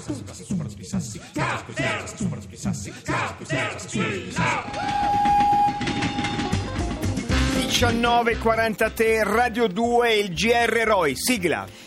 19:43 Radio 2, il GR Roy, sigla.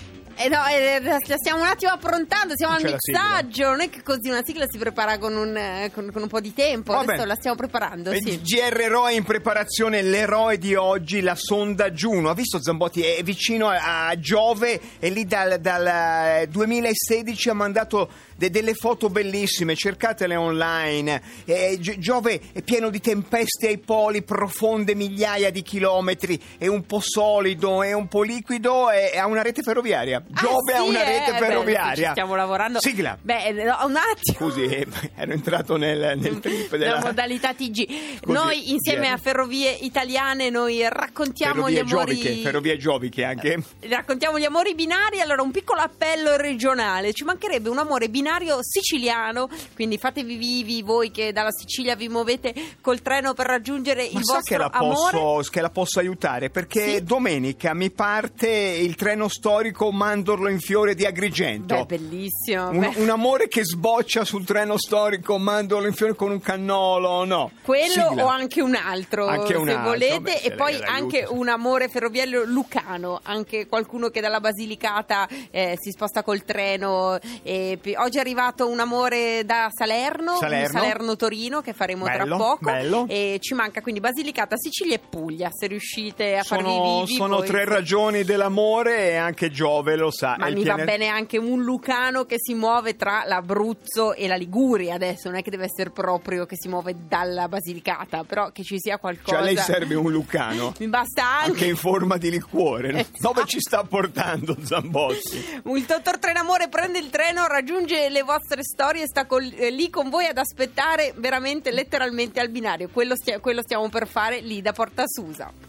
La stiamo un attimo approntando, siamo al mixaggio. Non è che così una sigla si prepara con un po' di tempo. Adesso la stiamo preparando. Il GR Roy in preparazione, l'eroe di oggi, la sonda Juno. Ha visto Zambotti? È vicino a Giove e lì dal 2016 ha mandato delle foto bellissime, cercatele online. Giove è pieno di tempeste ai poli, profonde migliaia di chilometri, è un po' solido, è un po' liquido e ha una rete ferroviaria. Giove ha una rete ferroviaria. Ci stiamo lavorando. Sigla. Un attimo. Scusi, ero entrato nel trip della modalità TG. Noi insieme a Ferrovie Italiane raccontiamo gli amori. Ferrovie Gioviche anche. Raccontiamo gli amori binari. Allora, un piccolo appello regionale. Ci mancherebbe un amore binario siciliano. Quindi fatevi vivi voi che dalla Sicilia vi muovete col treno per raggiungere il vostro amore. Che la posso aiutare perché domenica mi parte il treno storico Mandorlo in Fiore di Agrigento. Bellissimo. Un amore che sboccia sul treno storico Mandorlo in Fiore con un cannolo, no? Quello sigla. O anche un altro, se volete. E poi anche un amore ferroviario lucano, anche qualcuno che dalla Basilicata si sposta col treno. Oggi è arrivato un amore da Salerno-Torino che faremo tra poco. Bello. E ci manca quindi Basilicata, Sicilia e Puglia, se riuscite a farvi vivi. Sono tre ragioni dell'amore e anche Giove lo sa. Ma mi va bene anche un lucano che si muove tra l'Abruzzo e la Liguria. Adesso non è che deve essere proprio che si muove dalla Basilicata, però che ci sia qualcosa. Cioè a lei serve un lucano. Mi basta anche in forma di liquore, no? Esatto. Dove ci sta portando Zambotti? Il dottor Trenamore prende il treno, raggiunge le vostre storie, sta lì con voi ad aspettare veramente letteralmente al binario. Quello stiamo per fare lì da Porta Susa.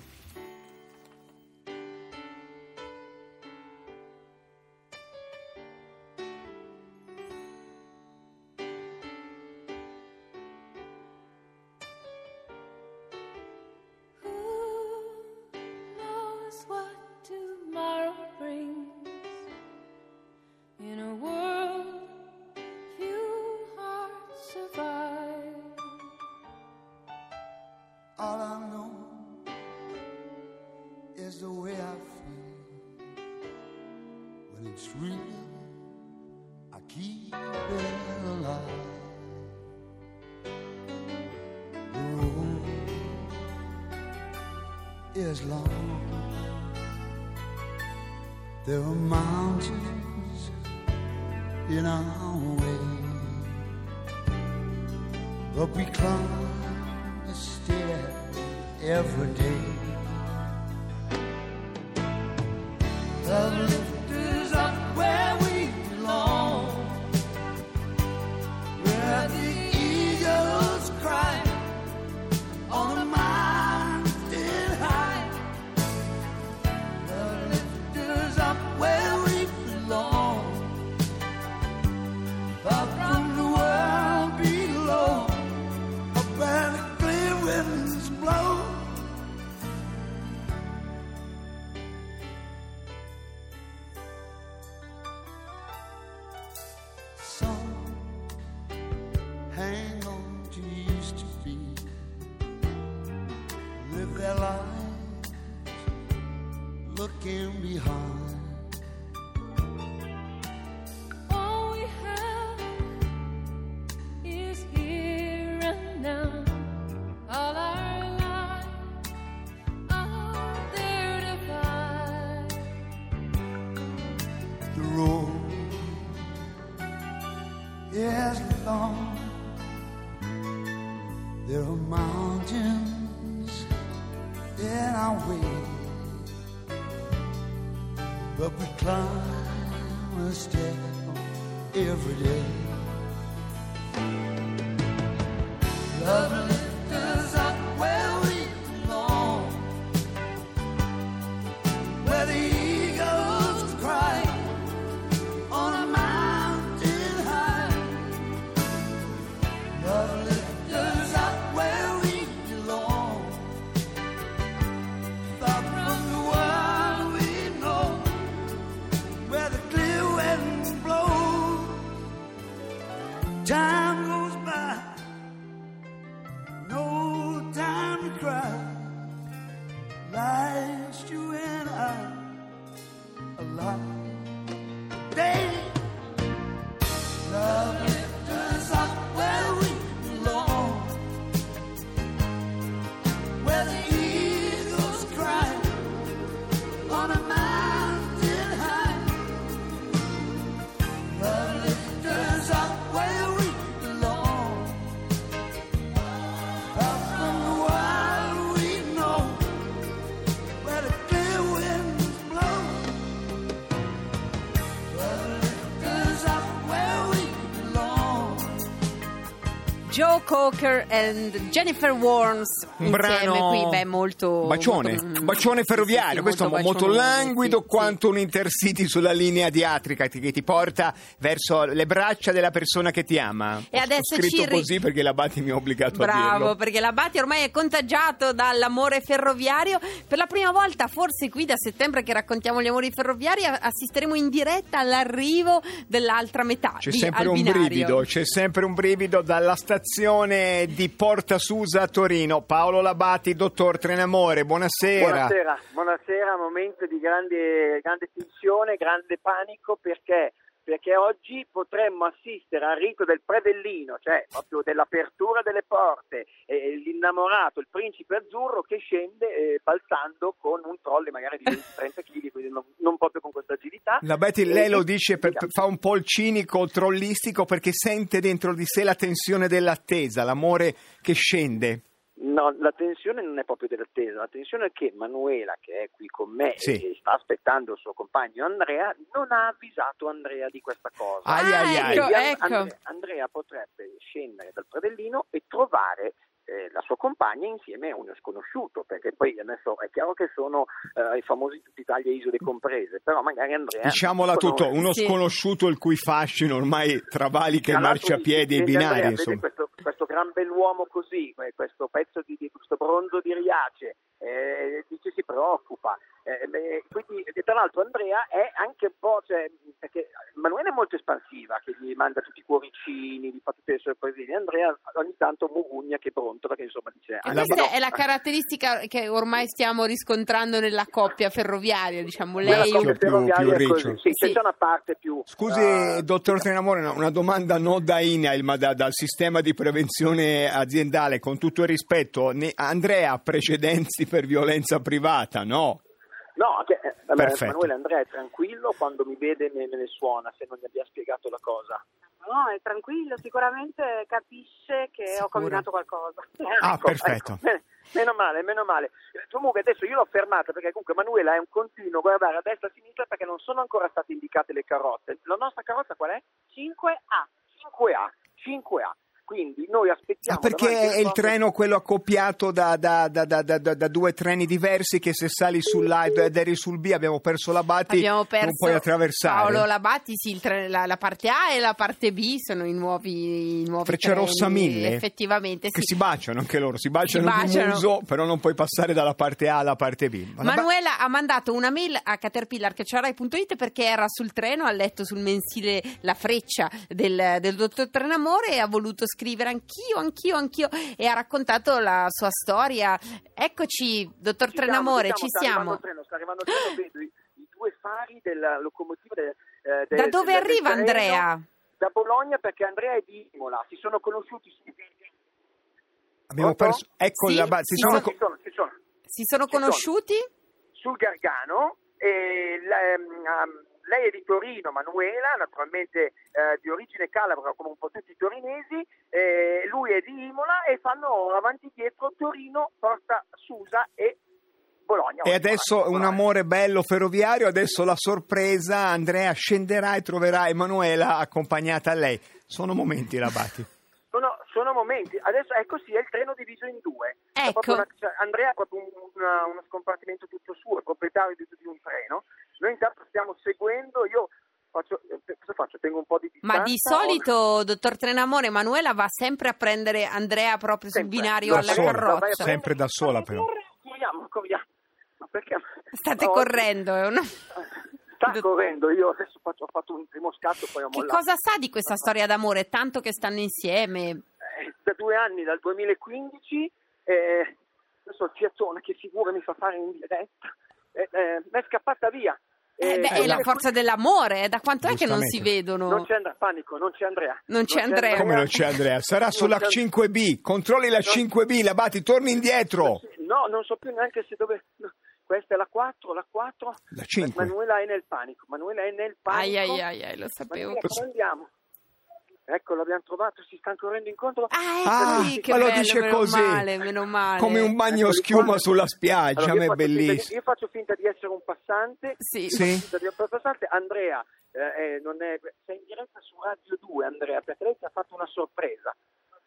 All I know is the way I feel when it's real. I keep it alive. The road is long. There are mountains in our way, but we climb a stair every day. Love lifts us up where we belong, where the eagles cry on a mountain high. Love lifts us up where we belong, far from the world below, up where the clear winds blow. Some hang on to used to be, live their lives looking behind. All we have is here and now. All our lives are there to find. The road is long. There are mountains in our way, but we climb a step every day. Love lifts us up where we belong, where the eagles cry on a mountain high. Love lifts us up where we belong, far from the world we know, where the clear winds blow. Time goes by, no time to cry. Last you and I alive. Day, love lifts us up where we belong, where the eagles cry on a mountain high. Love lifts us up where we belong, up from the wild we know, where the clear winds blow. Love lifts us up where we belong. Joe Cocker and Jennifer Warnes Un insieme brano qui, beh, molto bacione ferroviario, sì, questo molto molto bacione, languido sì, quanto un Intercity sulla linea adriatica che ti porta verso le braccia della persona che ti ama. E Ho adesso scritto così perché l'Abati mi ha obbligato a Bravo, dirlo. perché l'Abati ormai è contagiato dall'amore ferroviario. Per la prima volta, forse qui da settembre che raccontiamo gli amori ferroviari, assisteremo in diretta all'arrivo dell'altra metà. C'è sempre un brivido dalla stazione di Porta Susa a Torino. Paolo Labati, dottor Trenamore, buonasera. Buonasera, momento di grande tensione, grande panico, perché oggi potremmo assistere al rito del predellino, cioè proprio dell'apertura delle porte, l'innamorato, il principe azzurro che scende balzando con un trolley magari di 20-30 kg, quindi non proprio con questa agilità. Labati, lei lo dice, fa un po' il cinico, trollistico, perché sente dentro di sé la tensione dell'attesa, l'amore che scende. No, la tensione non è proprio dell'attesa, la tensione è che Manuela, che è qui con me Sì. e sta aspettando il suo compagno Andrea, non ha avvisato Andrea di questa cosa. Ecco. Andrea potrebbe scendere dal predellino e trovare la sua compagna insieme a uno sconosciuto, perché poi adesso è chiaro che sono i famosi tutti Italia isole comprese, però magari Andrea... Diciamola tutto, uno sconosciuto il cui fascino ormai travalica i marciapiedi e i binari, Andrea, insomma. vede questo gran bell'uomo così, questo pezzo di questo bronzo di Riace, dice si preoccupa. Quindi, tra l'altro Andrea è anche un po', perché Manuela è molto espansiva, che gli manda tutti i cuoricini, gli fa tutte le sorpresine. Andrea ogni tanto mugugna che pronto, perché insomma dice... Questa è la caratteristica che ormai stiamo riscontrando nella coppia ferroviaria, diciamo, lei più riccio. Sì, c'è una parte più... Scusi, dottor Trenamore, una domanda non da INAIL, ma dal sistema di prevenzione aziendale, con tutto il rispetto. Andrea ha precedenti per violenza privata, no? No, Perfetto. Manuela, Andrea è tranquillo, quando mi vede me ne suona se non gli abbia spiegato la cosa. No, è tranquillo, sicuramente capisce che ho combinato qualcosa. Ecco, perfetto. Meno male. Comunque adesso io l'ho fermata perché comunque Manuela è un continuo guardare a destra e a sinistra perché non sono ancora state indicate le carrozze. La nostra carrozza qual è? 5A. Quindi noi aspettiamo... perché è il treno quello accoppiato da due treni diversi che se sali sull'A ed eri sul B abbiamo perso Labati, non puoi attraversare. Paolo Labati, sì, la parte A e la parte B sono i nuovi Frecciarossa treni, 1000 effettivamente che sì. si baciano anche loro, si baciano di muso, però non puoi passare dalla parte A alla parte B. Manuela ha mandato una mail a caterpillar@rai.it perché era sul treno, ha letto sul mensile La Freccia del dottor Trenamore e ha voluto scrivere anch'io e ha raccontato la sua storia. Eccoci, dottor Trenamore, ci siamo. Sta arrivando il treno, vedo i due fari della locomotiva da dove arriva del Andrea? Da Bologna, perché Andrea è di Imola, si sono conosciuti abbiamo perso, ecco sì, si sono conosciuti sul Gargano e lei è di Torino, Manuela, naturalmente di origine calabra come un po' tutti i torinesi, lui è di Imola e fanno avanti e dietro Torino, Porta Susa e Bologna. E adesso un amore bello ferroviario, adesso la sorpresa, Andrea scenderà e troverà Emanuela accompagnata a lei. Sono momenti, Labati. Sono momenti, adesso è così, è il treno diviso in due. Ecco. Andrea ha proprio uno scompartimento tutto suo, è proprietario di un treno. Noi intanto stiamo seguendo, io cosa faccio? Tengo un po' di distanza. Ma di solito, dottor Trenamore, Emanuela va sempre a prendere Andrea proprio sul binario alla carrozza. Sempre da sola però. Corriamo. Ma perché? State correndo, è una... correndo, io adesso ho fatto un primo scatto, poi ho Che mollato. cosa sa di questa storia d'amore? Tanto che stanno insieme. Da 2 anni, dal 2015, adesso il fiatone che figura mi fa fare in diretta, mi è scappata via. È la forza dell'amore, da quanto è che non si vedono? Non c'è panico, non c'è Andrea. Non c'è Andrea. Come non c'è Andrea? Sarà sulla 5B, controlli la 5B, Labate, torni indietro. No, non so più neanche se dove... No. Questa è la 4, la 4. La 5. Manuela è nel panico. Ai, lo sapevo. Manuela, come andiamo? Ecco, l'abbiamo trovato, si stanno correndo incontro. Che ma lo bello, dice meno così. Meno male. Come un bagno schiuma sulla spiaggia, a me è bellissimo. Io faccio finta di essere un passante. Sì. Finta di essere un passante. Andrea non è... sei in diretta su Radio 2, Andrea, perché lei ti ha fatto una sorpresa.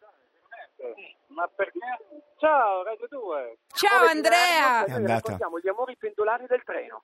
Ma perché? Ciao Radio 2. Ciao Andrea. È andata. Raccontiamo gli amori pendolari del treno.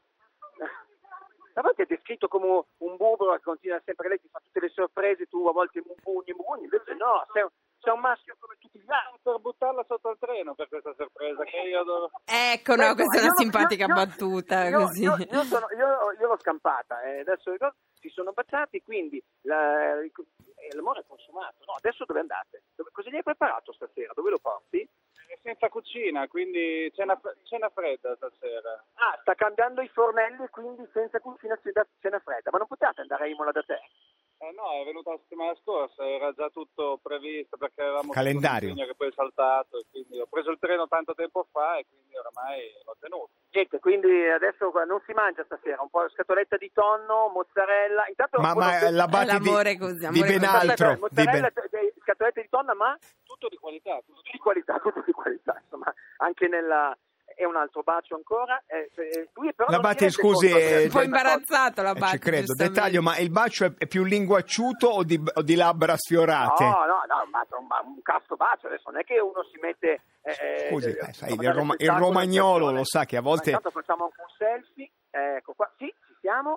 A volte è descritto come un burro che continua sempre, lei ti fa tutte le sorprese, tu a volte mugugni, invece no, sei un maschio come tutti gli altri. Per buttarla sotto il treno per questa sorpresa che io adoro. Ecco, no, questa è una simpatica battuta così. Io l'ho scampata, adesso si sono baciati, quindi l'amore è consumato. No, adesso dove andate? Cosa gli hai preparato stasera? Dove lo porti? Senza cucina, quindi cena fredda stasera. Ah, sta cambiando i fornelli, quindi senza cucina cena fredda. Ma non potete andare a Imola da te? No, è venuta la settimana scorsa, era già tutto previsto perché avevamo calendario un impegno che poi è saltato e quindi ho preso il treno tanto tempo fa e quindi oramai l'ho tenuto. Niente, quindi adesso non si mangia stasera, un po' scatoletta di tonno, mozzarella. Intanto ma Labate l'amore così, di ben altro. Mozzarella, scatoletta di tonno, ma Tutto di qualità. tutto di qualità, insomma, anche nella... E un altro bacio ancora. Lui però Labate, scusi, un po' imbarazzato Labate. Ci credo. Dettaglio, ma il bacio è più linguacciuto o di labbra sfiorate? No, ma un cazzo bacio, adesso non è che uno si mette... Scusi, sai, il romagnolo lo sa che a volte... Intanto facciamo anche un selfie, ecco qua, sì, ci siamo,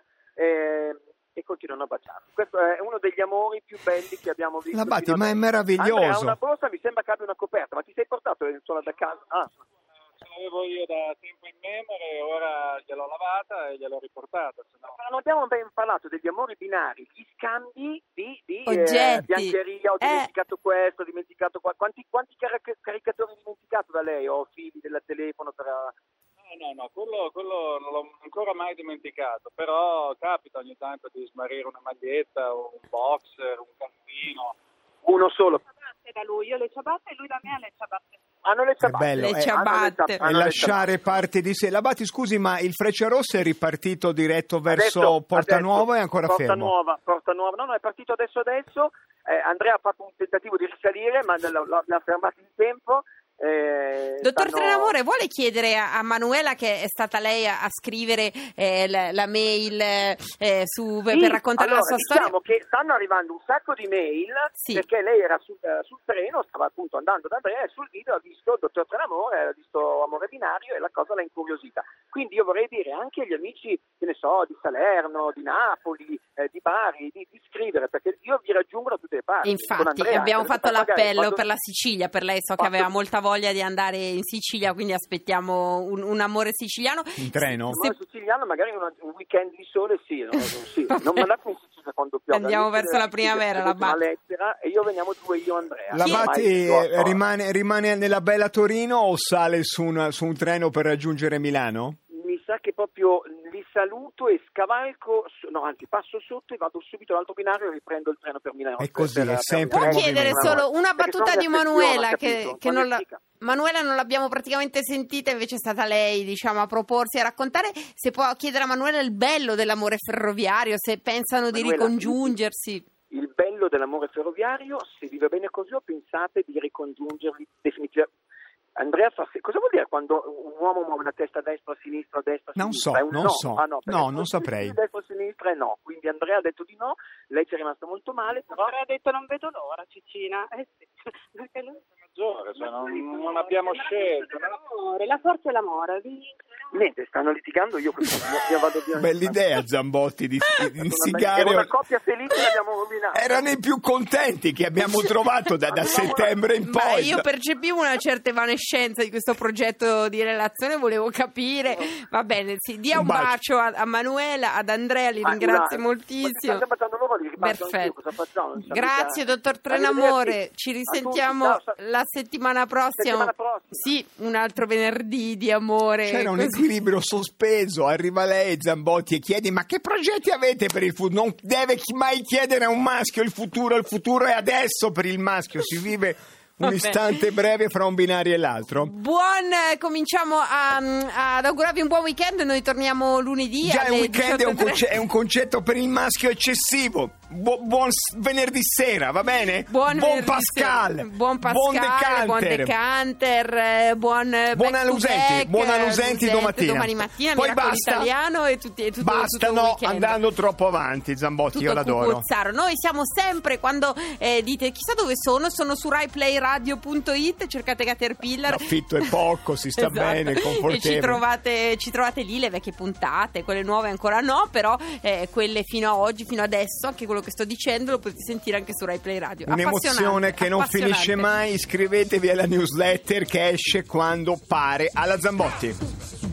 e continuano a baciare. Questo è uno degli amori più belli che abbiamo visto. Labate, ma è meraviglioso. Andrea, una borsa, mi sembra che abbia una coperta, ma ti sei portato solo da casa? Ce l'avevo io da tempo in memoria, ora gliel'ho lavata e gliel'ho riportata. Ma non abbiamo ben parlato degli amori binari, gli scambi di oggetti. biancheria, ho dimenticato questo, ho dimenticato qua. Quanti caricatori hai dimenticato da lei? O fili del telefono per... No, quello non l'ho ancora mai dimenticato, però capita ogni tanto di smarrire una maglietta, un boxer, un calzino. Uno solo. Da lui, io le ciabatte e lui da me le ciabatte. Hanno le ciabatte. È bello, Le ciabatte. E lasciare parte di sé. Labate, scusi, ma il Frecciarossa è ripartito diretto verso Porta Nuova e ancora fermo? Porta Nuova, no, è partito adesso. Andrea ha fatto un tentativo di risalire, ma l'ha fermato in tempo. Dottor Trenamore, vuole chiedere a Manuela, che è stata lei a scrivere la mail per raccontare la sua storia? Diciamo che stanno arrivando un sacco di mail, sì, perché lei era sul treno, stava appunto andando da Andrea e sul video ha visto il dottor Trenamore, ha visto Amore Binario e la cosa l'ha incuriosita. Quindi io vorrei dire anche agli amici, che ne so, di Salerno, di Napoli, di Bari, di scrivere, perché io vi raggiungo da tutte le parti. Infatti abbiamo fatto l'appello per la Sicilia, per lei so che aveva molta voglia di andare in Sicilia, quindi aspettiamo un amore siciliano. In treno? Un amore siciliano, magari un weekend di sole, sì. Non mandatemi in Sicilia quando piove. Andiamo verso la primavera, una lettera e io veniamo due, io Andrea. Labate rimane nella bella Torino o sale su un treno per raggiungere Milano? Mi sa che proprio li saluto e scavalco, passo sotto e vado subito all'altro binario e riprendo il treno per Milano. È così, è sempre Può chiedere solo una battuta di Manuela, che non Manuela non l'abbiamo praticamente sentita, invece è stata lei, diciamo, a proporsi a raccontare. Se può chiedere a Manuela il bello dell'amore ferroviario, se pensano di ricongiungersi. Il bello dell'amore ferroviario, se vi va bene così, o pensate di ricongiungervi definitivamente? Andrea, cosa vuol dire quando un uomo muove la testa a destra, a sinistra, Non so. Non saprei. Destra, a sinistra e no. Quindi Andrea ha detto di no, lei ci è rimasta molto male. Però Andrea ha detto non vedo l'ora, Cicina. Sì. Perché lui maggiore, cioè non abbiamo scelto. La forza è l'amore. Niente, stanno litigando, io vado via. Bell'idea, Zambotti, di instigare. Era una coppia felice, l'abbiamo rovinata. Erano i più contenti che abbiamo trovato da settembre in poi. Beh, io percepivo una certa evanescenza di questo progetto di relazione, volevo capire. Va bene, sì, dia un bacio a Manuela, ad Andrea, li ringrazio moltissimo. Perfetto. Grazie, dottor Trenamore. Ci risentiamo la settimana prossima. Sì, un altro venerdì di amore. C'era un equilibrio sospeso. Arriva lei, Zambotti, e chiede: ma che progetti avete per il futuro? Non deve mai chiedere a un maschio il futuro è adesso per il maschio, si vive un istante breve fra un binario e l'altro. Cominciamo ad augurarvi un buon weekend. Noi torniamo lunedì. Già il weekend è un concetto per il maschio eccessivo. Buon venerdì sera, va bene? Buon Pascal, buon Decanter, buon Alusenti domani mattina. Poi basta italiano e tutto bastano andando troppo avanti, Zambotti, io l'adoro. Cucuzzaro. Noi siamo sempre, quando dite chissà dove sono su RaiPlayRadio.it, cercate Caterpillar. L'affitto è poco, si sta bene, confortevole. E ci trovate lì le vecchie puntate, quelle nuove ancora no, però quelle fino a oggi, fino adesso, anche quello che sto dicendo lo potete sentire anche su Rai Play Radio. Un'emozione che non finisce mai. Iscrivetevi alla newsletter che esce quando pare alla Zambotti.